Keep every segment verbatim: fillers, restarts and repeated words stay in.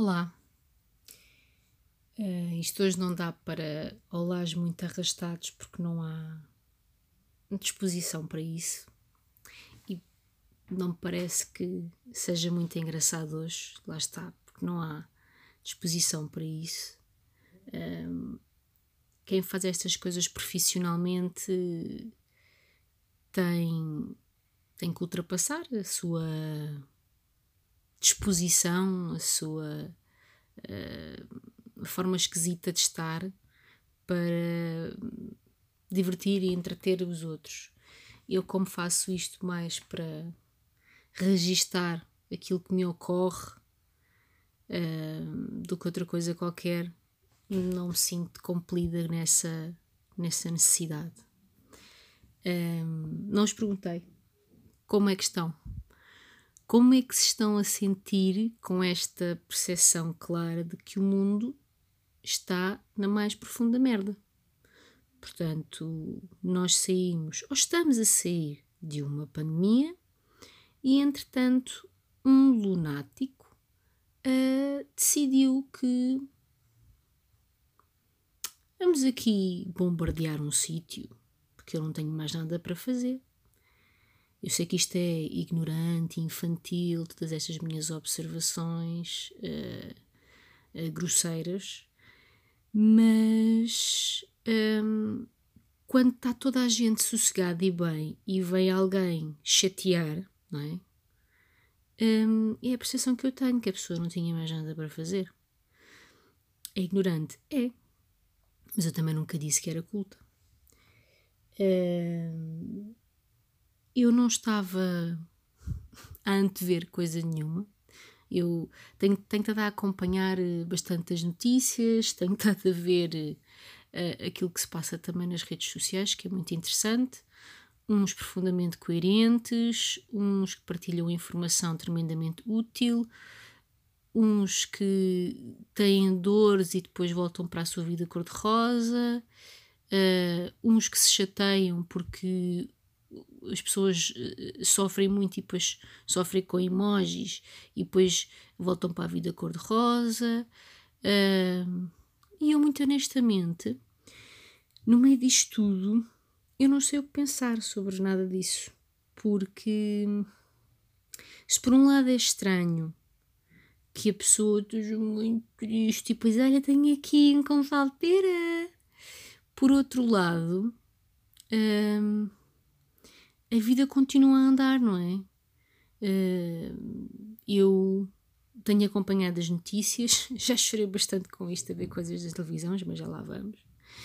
Olá, uh, isto hoje não dá para olás muito arrastados porque não há disposição para isso e não me parece que seja muito engraçado hoje, lá está, porque não há disposição para isso. Um, quem faz estas coisas profissionalmente tem, tem que ultrapassar a sua disposição, a sua uh, forma esquisita de estar para divertir e entreter os outros. Eu, como faço isto mais para registar aquilo que me ocorre uh, do que outra coisa qualquer, não me sinto compelida nessa, nessa necessidade. Um, não os perguntei como é que estão. Como é que se estão a sentir com esta percepção clara de que o mundo está na mais profunda merda? Portanto, nós saímos, ou estamos a sair de uma pandemia e, entretanto, um lunático uh, decidiu que vamos aqui bombardear um sítio porque eu não tenho mais nada para fazer. Eu sei que isto é ignorante, infantil, todas estas minhas observações uh, uh, grosseiras, mas um, quando está toda a gente sossegada e bem e vem alguém chatear, não é? Um, é a percepção que eu tenho, que a pessoa não tinha mais nada para fazer. É ignorante? É. Mas eu também nunca disse que era culta. Um, eu não estava a antever coisa nenhuma. Eu tenho, tenho estado a acompanhar bastante as notícias, tenho estado a ver uh, aquilo que se passa também nas redes sociais, que é muito interessante. Uns profundamente coerentes, uns que partilham informação tremendamente útil, uns que têm dores e depois voltam para a sua vida cor-de-rosa, uh, uns que se chateiam porque as pessoas sofrem muito e depois sofrem com emojis e depois voltam para a vida cor-de-rosa. Uh, e eu, muito honestamente, no meio disto tudo, eu não sei o que pensar sobre nada disso. Porque se por um lado é estranho que a pessoa esteja muito triste e depois, olha, tenho aqui um consalteira. Por outro lado, uh, a vida continua a andar, não é? Uh, eu tenho acompanhado as notícias, já chorei bastante com isto, a ver coisas das televisões, mas já lá vamos.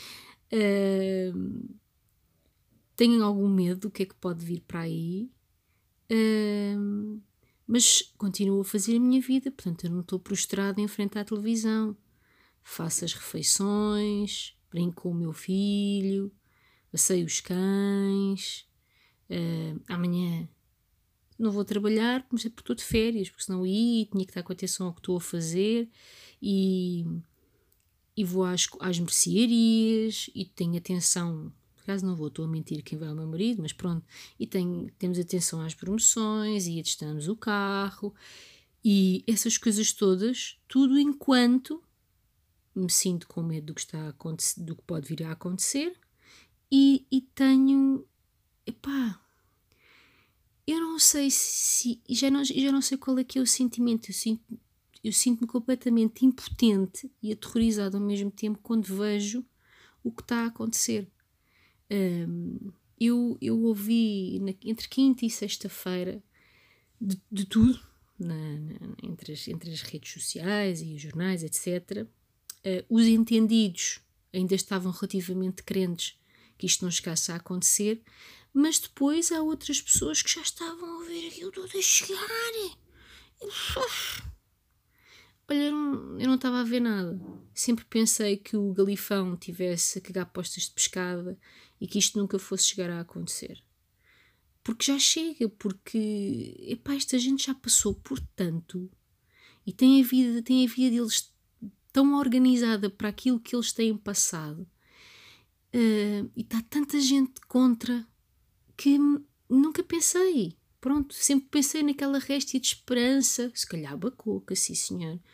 Uh, tenho algum medo do que é que pode vir para aí, uh, mas continuo a fazer a minha vida, portanto eu não estou prostrada em frente à televisão. Faço as refeições, brinco com o meu filho, passeio os cães. Uh, amanhã não vou trabalhar, mas é porque estou de férias, porque senão ia, tinha que estar com atenção ao que estou a fazer e, e vou às, às mercearias e tenho atenção, por acaso não vou, estou a mentir quem vai ao meu marido, mas pronto, e tenho, temos atenção às promoções e adestamos o carro e essas coisas todas, tudo enquanto me sinto com medo do que, está a acontecer, do que pode vir a acontecer e, e tenho, epá, eu não sei se, já não, já não sei qual é que é o sentimento, eu, sinto, eu sinto-me completamente impotente e aterrorizada ao mesmo tempo quando vejo o que está a acontecer. Um, eu, eu ouvi na, entre quinta e sexta-feira de, de tudo, na, na, entre, as, entre as redes sociais e os jornais, etcétera. Uh, os entendidos ainda estavam relativamente crentes que isto não chegasse a acontecer, mas depois há outras pessoas que já estavam a ver aquilo tudo a chegar. E, olha, eu não, eu não estava a ver nada. Sempre pensei que o galifão tivesse a cagar postas de pescada e que isto nunca fosse chegar a acontecer. Porque já chega, porque epá, esta gente já passou por tanto e tem a vida, tem a vida deles tão organizada para aquilo que eles têm passado. Uh, e está tanta gente contra que nunca pensei, pronto, sempre pensei naquela réstia de esperança, se calhar bacoca, sim senhor,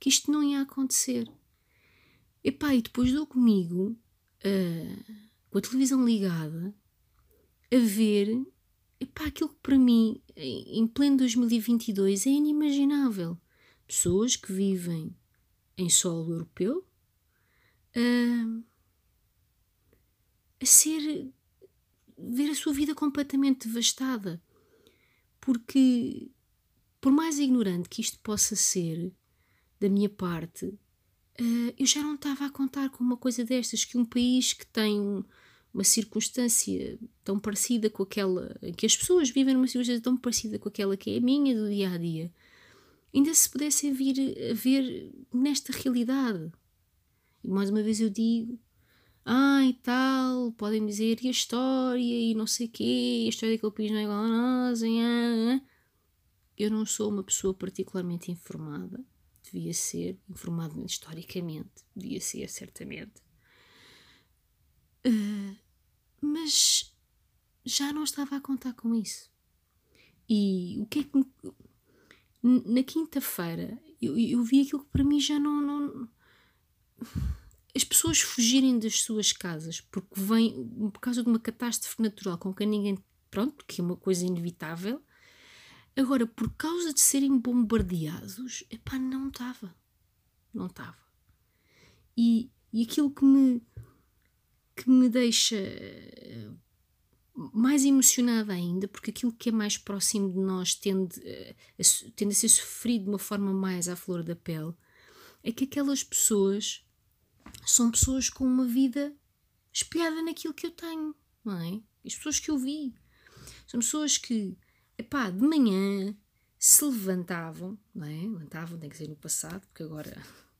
que isto não ia acontecer. Epá, e depois dou comigo, uh, com a televisão ligada, a ver, epá, aquilo que para mim, em pleno dois mil e vinte e dois, é inimaginável. Pessoas que vivem em solo europeu uh, a ser, ver a sua vida completamente devastada. Porque, por mais ignorante que isto possa ser, da minha parte, uh, eu já não estava a contar com uma coisa destas, que um país que tem um, uma circunstância tão parecida com aquela, que as pessoas vivem numa circunstância tão parecida com aquela que é a minha do dia a dia, ainda se pudesse vir a ver nesta realidade. E mais uma vez eu digo, ah e tal, podem dizer, e a história, e não sei o quê, a história daquele país não é igual a nós, e, ah, ah. Eu não sou uma pessoa particularmente informada, devia ser, informada historicamente, devia ser, certamente. Uh, mas já não estava a contar com isso. E o que é que... Me... Na quinta-feira, eu, eu vi aquilo que para mim já não... não... As pessoas fugirem das suas casas porque vem por causa de uma catástrofe natural com que ninguém... Pronto, que é uma coisa inevitável. Agora, por causa de serem bombardeados, epá, não estava. Não estava. E, e aquilo que me, que me deixa mais emocionada ainda, porque aquilo que é mais próximo de nós tende a, tende a ser sofrido de uma forma mais à flor da pele, é que aquelas pessoas são pessoas com uma vida espelhada naquilo que eu tenho, não é? As pessoas que eu vi. São pessoas que, epá, de manhã se levantavam, não é? Levantavam, tem que ser no passado, porque agora...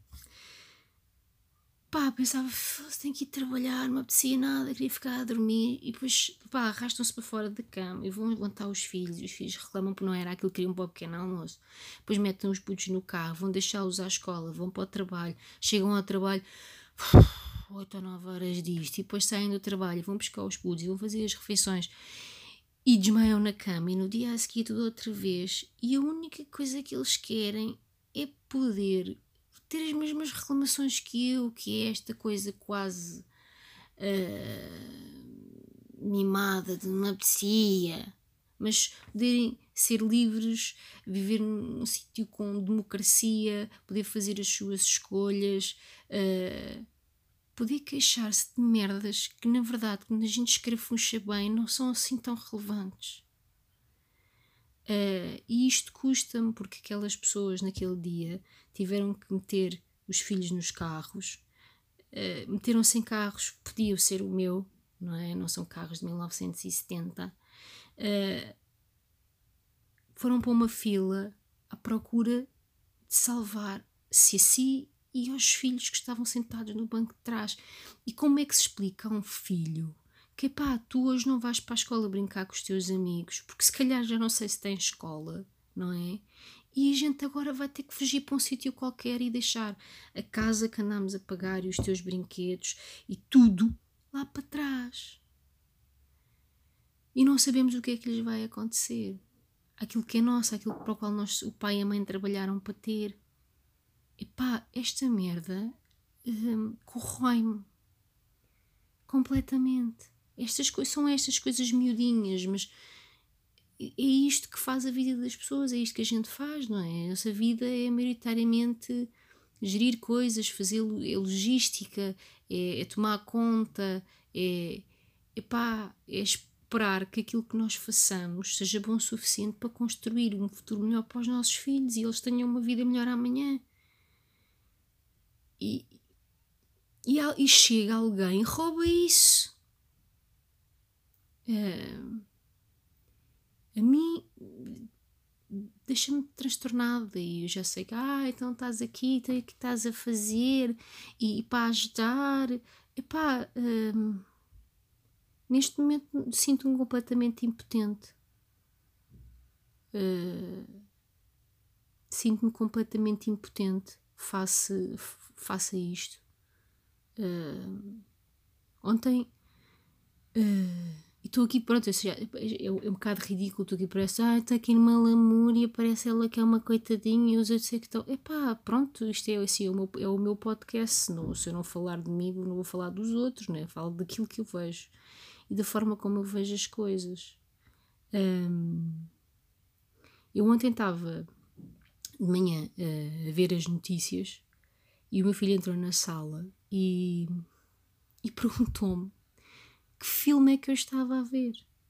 Pá, pensava, tenho que ir trabalhar, não me apetecia nada, queria ficar a dormir, e depois, pá, arrastam-se para fora da cama e vão levantar os filhos, e os filhos reclamam porque não era aquilo que queriam para o pequeno almoço. Depois metem os putos no carro, vão deixá-los à escola, vão para o trabalho, chegam ao trabalho, oito ou nove horas disto, e depois saem do trabalho, vão buscar os putos e vão fazer as refeições e desmaiam na cama, e no dia a seguir tudo outra vez, e a única coisa que eles querem é poder ter as mesmas reclamações que eu, que é esta coisa quase uh, mimada de uma apetecia, mas poderem ser livres, viver num sítio com democracia, poder fazer as suas escolhas, uh, poder queixar-se de merdas que, na verdade, quando a gente escarafuncha bem, não são assim tão relevantes. Uh, e isto custa-me, porque aquelas pessoas naquele dia tiveram que meter os filhos nos carros, uh, meteram-se em carros, podia ser o meu, não é? Não são carros de mil novecentos e setenta, uh, foram para uma fila à procura de salvar-se a si e aos filhos que estavam sentados no banco de trás. E como é que se explica a um filho que, pá, tu hoje não vais para a escola brincar com os teus amigos, porque se calhar já não sei se tem escola, não é? E a gente agora vai ter que fugir para um sítio qualquer e deixar a casa que andamos a pagar e os teus brinquedos e tudo lá para trás. E não sabemos o que é que lhes vai acontecer. Aquilo que é nosso, aquilo para o qual nós, o pai e a mãe trabalharam para ter. Epá, esta merda hum, corrói-me completamente. Estas coisas são estas coisas miudinhas, mas é isto que faz a vida das pessoas, é isto que a gente faz, não é? A nossa vida é maioritariamente gerir coisas, fazer é logística, é, é tomar conta, é, epá, é esperar que aquilo que nós façamos seja bom o suficiente para construir um futuro melhor para os nossos filhos e eles tenham uma vida melhor amanhã. E, e, e chega alguém e rouba isso. Uh, a mim deixa-me transtornada e eu já sei que ah, então estás aqui, o que estás a fazer e, e para ajudar. Epá, uh, neste momento sinto-me completamente impotente. Uh, sinto-me completamente impotente face, face a isto. Uh, ontem uh, e estou aqui, pronto, ou seja, é, é um bocado ridículo, estou aqui, parece, ah, está aqui numa lamúria, parece ela que é uma coitadinha, e os outros é que estão, epá, pronto, isto é assim, é o meu, é o meu podcast, não, se eu não falar de mim, não vou falar dos outros, né? Falo daquilo que eu vejo, e da forma como eu vejo as coisas. Um, eu ontem estava de manhã uh, a ver as notícias, e o meu filho entrou na sala, e, e perguntou-me que filme é que eu estava a ver.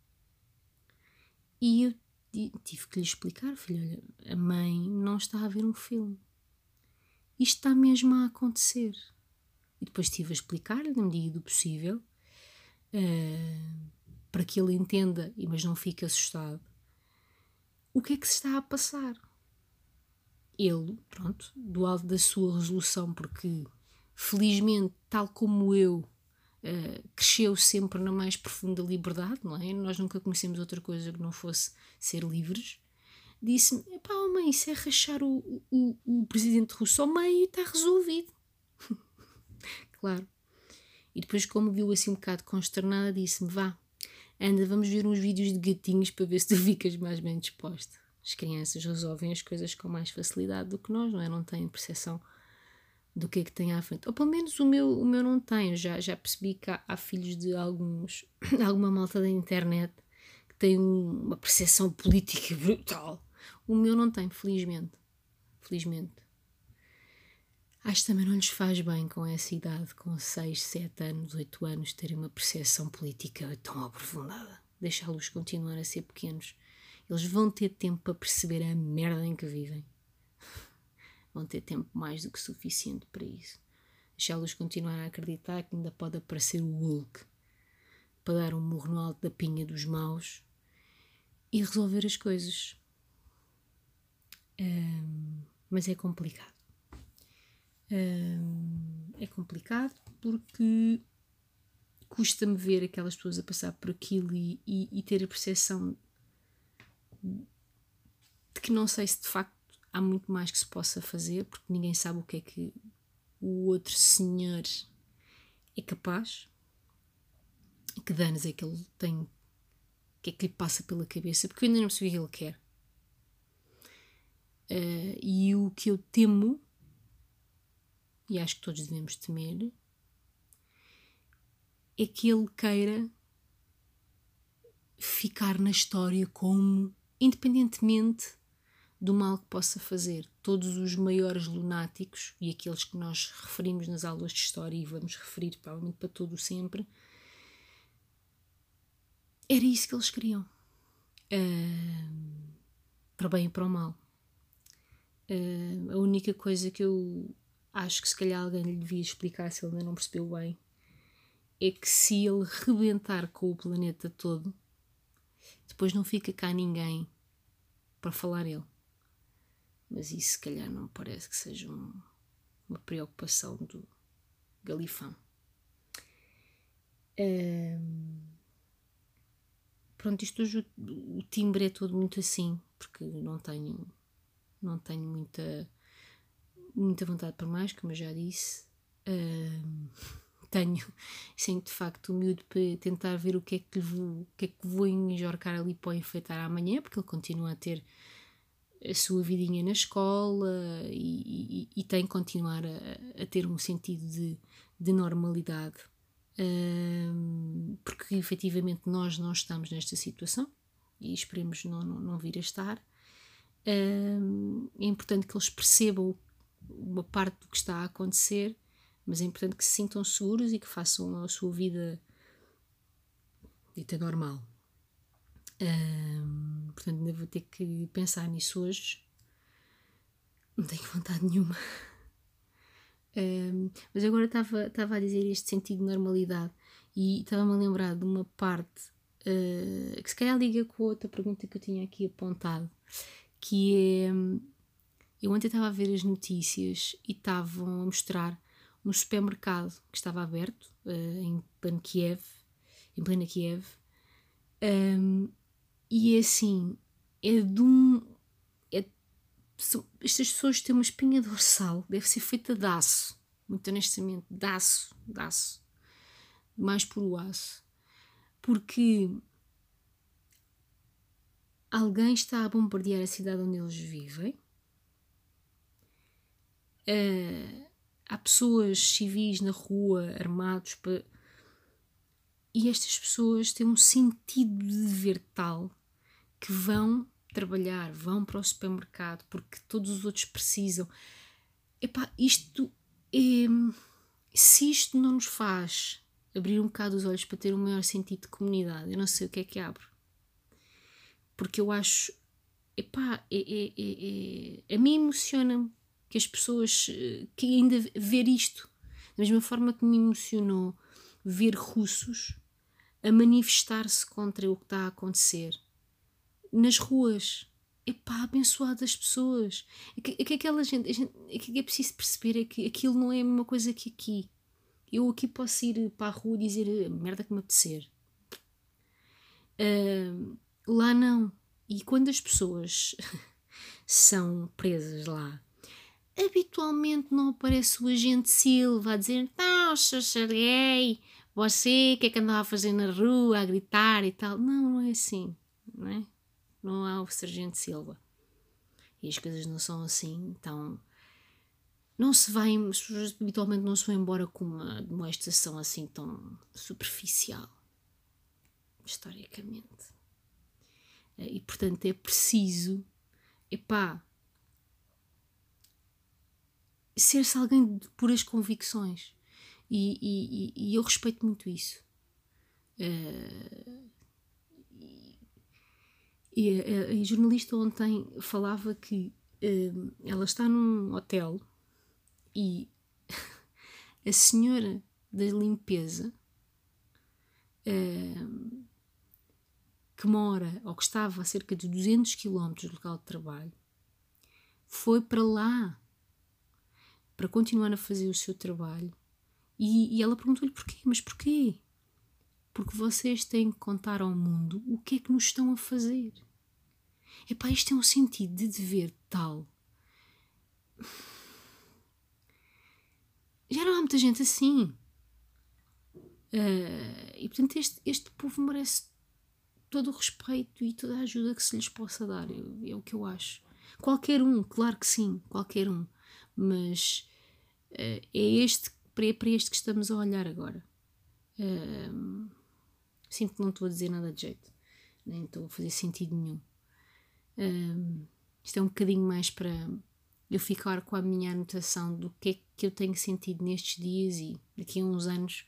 E eu tive que lhe explicar, filho, olha, a mãe não está a ver um filme. Isto está mesmo a acontecer. E depois estive a explicar-lhe, na medida do possível, uh, para que ele entenda, mas não fique assustado, o que é que se está a passar. Ele, pronto, do alto da sua resolução, porque felizmente, tal como eu, Uh, cresceu sempre na mais profunda liberdade, não é? Nós nunca conhecemos outra coisa que não fosse ser livres. Disse-me, pá, oh mãe, isso é rachar o, o, o presidente russo ao meio e está resolvido. Claro. E depois, como viu assim um bocado consternada, disse-me, vá, anda, vamos ver uns vídeos de gatinhos para ver se tu ficas mais bem disposta. As crianças resolvem as coisas com mais facilidade do que nós, não é? Não têm percepção do que é que tem à frente. Ou pelo menos o meu, o meu não tem. Eu já, já percebi que há, há filhos de alguns, alguma malta da internet que tem um, uma percepção política brutal. O meu não tem, felizmente. Felizmente. Acho que também não lhes faz bem com essa idade, com seis, sete anos, oito anos, terem uma percepção política tão aprofundada. Deixá-los continuar a ser pequenos. Eles vão ter tempo para perceber a merda em que vivem. Vão ter tempo mais do que suficiente para isso. Deixá-los continuar a acreditar que ainda pode aparecer o Hulk para dar um murro no alto da pinha dos maus e resolver as coisas. Um, mas é complicado. Um, é complicado porque custa-me ver aquelas pessoas a passar por aquilo e, e, e ter a percepção de que não sei se de facto há muito mais que se possa fazer, porque ninguém sabe o que é que o outro senhor é capaz, que danos é que ele tem, o que é que lhe passa pela cabeça, porque eu ainda não percebi o que ele quer. Uh, e o que eu temo, e acho que todos devemos temer, é que ele queira ficar na história como, independentemente do mal que possa fazer. Todos os maiores lunáticos e aqueles que nós referimos nas aulas de história e vamos referir provavelmente para todo o sempre, era isso que eles queriam. Uh, para o bem e para o mal. Uh, a única coisa que eu acho que se calhar alguém lhe devia explicar, se ele ainda não percebeu bem, é que se ele rebentar com o planeta todo, depois não fica cá ninguém para falar ele. Mas isso se calhar não parece que seja um, uma preocupação do galifão. Um, pronto, isto hoje o, o timbre é todo muito assim, porque não tenho, não tenho muita, muita vontade para mais, como eu já disse. Um, tenho, sim, de facto, o miúdo para tentar ver o que é que vou, o que é que vou enjorcar ali para o enfeitar amanhã, porque ele continua a ter a sua vidinha na escola e, e, e tem que continuar a, a ter um sentido de, de normalidade, um, porque efetivamente nós não estamos nesta situação e esperemos não, não, não vir a estar. Um, é importante que eles percebam uma parte do que está a acontecer, mas é importante que se sintam seguros e que façam a sua vida dita normal. Um, portanto, ainda vou ter que pensar nisso hoje. Não tenho vontade nenhuma. Um, mas agora estava a dizer este sentido de normalidade e estava-me a lembrar de uma parte uh, que se calhar liga com a outra pergunta que eu tinha aqui apontado, que é, eu ontem estava a ver as notícias e estavam a mostrar um supermercado que estava aberto uh, em pleno Kiev, em plena Kiev, um, e é assim, é de um... É, são, estas pessoas têm uma espinha dorsal, deve ser feita de aço, muito honestamente, de aço, de aço, mais puro aço, porque alguém está a bombardear a cidade onde eles vivem. Uh, há pessoas civis na rua, armados, para... e estas pessoas têm um sentido de dever tal que vão trabalhar, vão para o supermercado porque todos os outros precisam. Epá, isto é... Se isto não nos faz abrir um bocado os olhos para ter um maior sentido de comunidade, eu não sei o que é que abre. Porque eu acho... Epá, é, é, é, é, a mim emociona-me que as pessoas... que ainda ver isto. Da mesma forma que me emocionou ver russos a manifestar-se contra o que está a acontecer nas ruas. Epá, abençoadas pessoas. É que, é que aquela gente, gente é que é preciso perceber é que aquilo não é a mesma coisa que aqui. Eu aqui posso ir para a rua e dizer a merda que me apetecer. Uh, lá não. E quando as pessoas são presas lá, habitualmente não aparece o agente Silva a dizer: não, xaxarguei, você, o que é que andava a fazer na rua, a gritar e tal. Não, não é assim, não é? Não há o Sargento Silva. E as coisas não são assim, então... Não se vai, as pessoas habitualmente não se vão embora com uma demonstração assim tão superficial, historicamente. E, portanto, é preciso, epá, ser-se alguém de puras convicções. E, e, e eu respeito muito isso. Uh, e a, a jornalista ontem falava que uh, ela está num hotel e a senhora da limpeza uh, que mora ou que estava a cerca de duzentos quilómetros do local de trabalho foi para lá para continuar a fazer o seu trabalho e, e ela perguntou-lhe porquê, mas porquê? Porque vocês têm que contar ao mundo o que é que nos estão a fazer. Epá, isto tem um sentido de dever tal. Já não há muita gente assim. Uh, e portanto este, este povo merece todo o respeito e toda a ajuda que se lhes possa dar. É, é o que eu acho. Qualquer um, claro que sim, qualquer um. Mas uh, é este, para, para este que estamos a olhar agora. Uh, sinto que não estou a dizer nada de jeito. Nem estou a fazer sentido nenhum. Uh, isto é um bocadinho mais para eu ficar com a minha anotação do que é que eu tenho sentido nestes dias e daqui a uns anos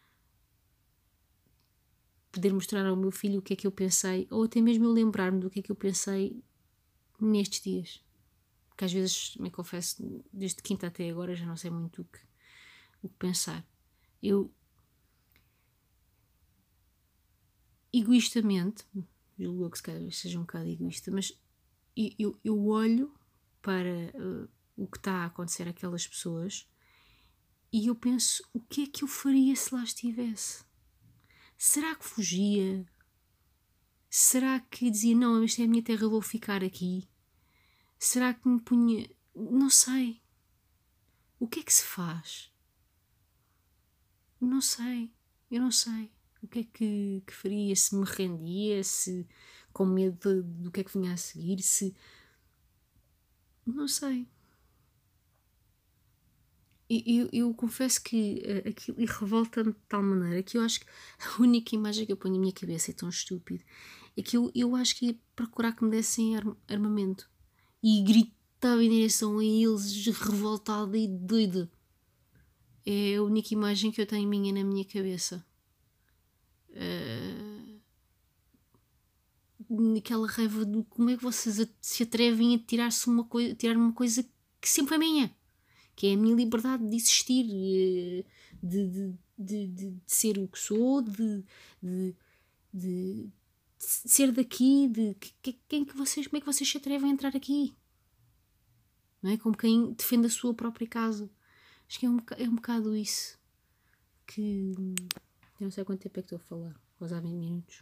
poder mostrar ao meu filho o que é que eu pensei, ou até mesmo eu lembrar-me do que é que eu pensei nestes dias. Porque às vezes, me confesso, desde quinta até agora já não sei muito o que, o que pensar. Eu, egoístamente, julgo eu que se calhar seja um bocado egoísta, mas eu, eu, eu olho para uh, o que está a acontecer àquelas pessoas e eu penso, o que é que eu faria se lá estivesse? Será que fugia? Será que dizia, não, esta é a minha terra, vou ficar aqui? Será que me punha... Não sei. O que é que se faz? Não sei. Eu não sei. O que é que, que faria? Se me rendia? Se com medo do que é que vinha a seguir? Se... Não sei. E eu, eu confesso que uh, aquilo revolta-me de tal maneira que eu acho que a única imagem que eu ponho na minha cabeça é tão estúpido. É que eu, eu acho que ia procurar que me dessem arm- armamento. E gritava em direção a eles, revoltada e doida. É a única imagem que eu tenho minha na minha cabeça. Uh, aquela raiva de como é que vocês se atrevem a tirar-se uma coisa, tirar uma coisa que sempre é minha. Que é a minha liberdade de existir, de, de, de, de, de ser o que sou, de, de, de, de ser daqui, de que, quem que vocês, como é que vocês se atrevem a entrar aqui? Não é? Como quem defende a sua própria casa. Acho que é um, é um bocado isso que... Eu não sei quanto tempo é que estou a falar, quase há vinte minutos.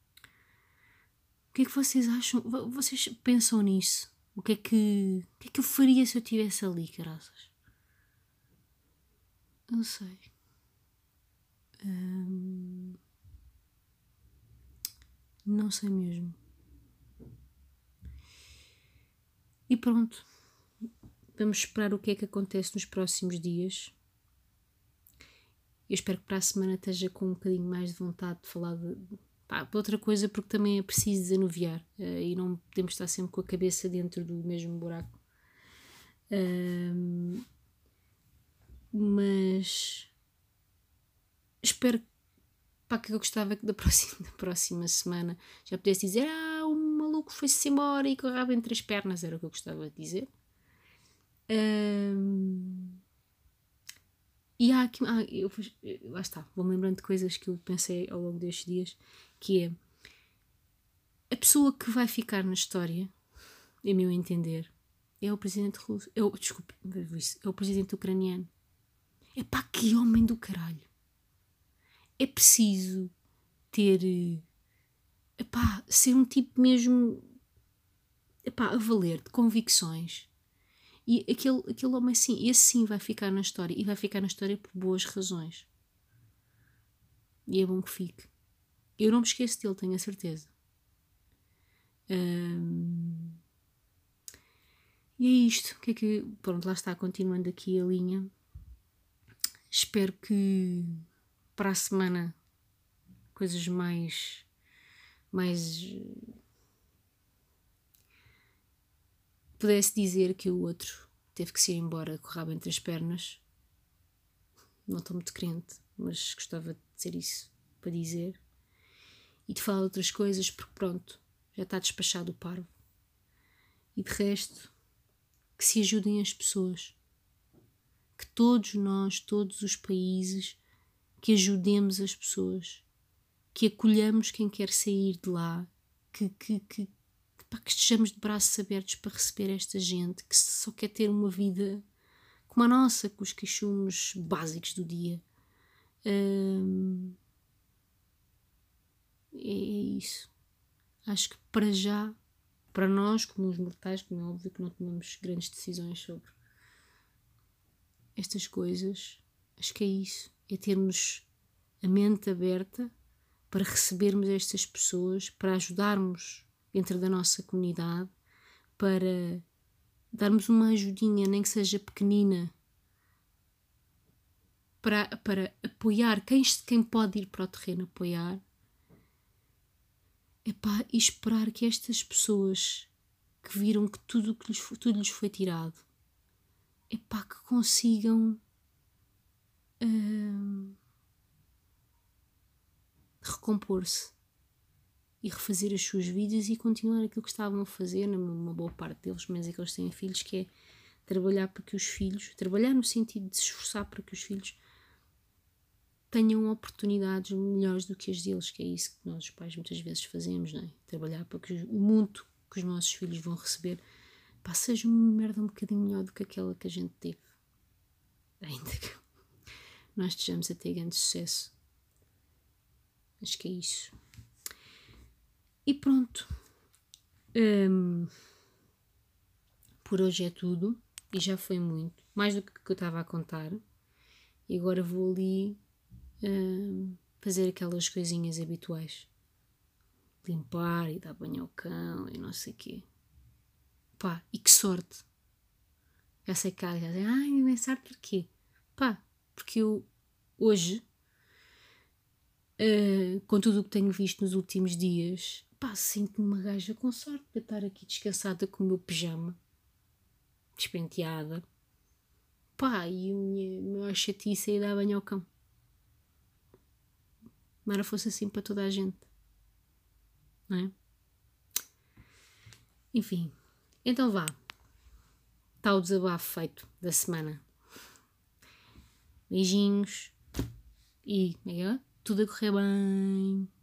O que é que vocês acham? Vocês pensam nisso? O que é que, o que é que eu faria se eu estivesse ali, caraças? Não sei. Hum, não sei mesmo. E pronto, vamos esperar o que é que acontece nos próximos dias. Eu espero que para a semana esteja com um bocadinho mais de vontade de falar de, pá, de outra coisa, porque também é preciso desanuviar uh, e não podemos estar sempre com a cabeça dentro do mesmo buraco. Um, mas espero, pá, que eu gostava que da próxima, da próxima semana já pudesse dizer: ah, o maluco foi-se embora e com o rabo entre as pernas, era o que eu gostava de dizer. Um, e há aqui, ah, eu, eu, lá está, vou-me lembrando de coisas que eu pensei ao longo destes dias, que é a pessoa que vai ficar na história, em meu entender, é o presidente russo, é o, desculpe, é o presidente ucraniano. É pá, que homem do caralho. É preciso ter, epá, ser um tipo mesmo, epá, a valer, de convicções. E aquele, aquele homem, sim, esse sim vai ficar na história. E vai ficar na história por boas razões. E é bom que fique. Eu não me esqueço dele, tenho a certeza. Hum... E é isto. O que é que... Pronto, lá está, continuando aqui a linha. Espero que para a semana coisas mais... mais... pudesse dizer que o outro teve que se ir embora com o rabo entre as pernas. Não estou muito crente, mas gostava de dizer isso para dizer. E de falar de outras coisas, porque pronto, já está despachado o parvo. E de resto, que se ajudem as pessoas. Que todos nós, todos os países, que ajudemos as pessoas. Que acolhamos quem quer sair de lá. Que, que, que, pá, que estejamos de braços abertos para receber esta gente que só quer ter uma vida como a nossa, com os queixumes básicos do dia. Hum, é isso. Acho que para já, para nós, como os mortais, como é óbvio que não tomamos grandes decisões sobre estas coisas, acho que é isso. É termos a mente aberta para recebermos estas pessoas, para ajudarmos dentro da nossa comunidade, para darmos uma ajudinha, nem que seja pequenina, para, para apoiar quem, quem pode ir para o terreno apoiar. Epá, e esperar que estas pessoas que viram que tudo, que lhes, tudo lhes foi tirado, epá, que consigam uh, recompor-se e refazer as suas vidas e continuar aquilo que estavam a fazer, numa boa parte deles, mas é que eles têm filhos, que é trabalhar para que os filhos, trabalhar no sentido de se esforçar para que os filhos tenham oportunidades melhores do que as deles, que é isso que nós os pais muitas vezes fazemos, não é? Trabalhar para que o mundo que os nossos filhos vão receber, pá, seja uma merda um bocadinho melhor do que aquela que a gente teve. Ainda que nós estejamos a ter grande sucesso. Acho que é isso. E pronto. Hum, por hoje é tudo. E já foi muito. Mais do que eu estava a contar. E agora vou ali hum, fazer aquelas coisinhas habituais. Limpar e dar banho ao cão e não sei o quê. Pá, e que sorte. Já sei que há, já sei, ai, não é sorte porquê? Pá, porque eu hoje, uh, com tudo o que tenho visto nos últimos dias, pá, sinto-me uma gaja com sorte para estar aqui descansada com o meu pijama, despenteada. Pá, e a minha maior chatice é dar banho ao cão. Não era fosse assim para toda a gente. Não é? Enfim, então vá. Está o desabafo feito da semana. Beijinhos e tudo a correr bem.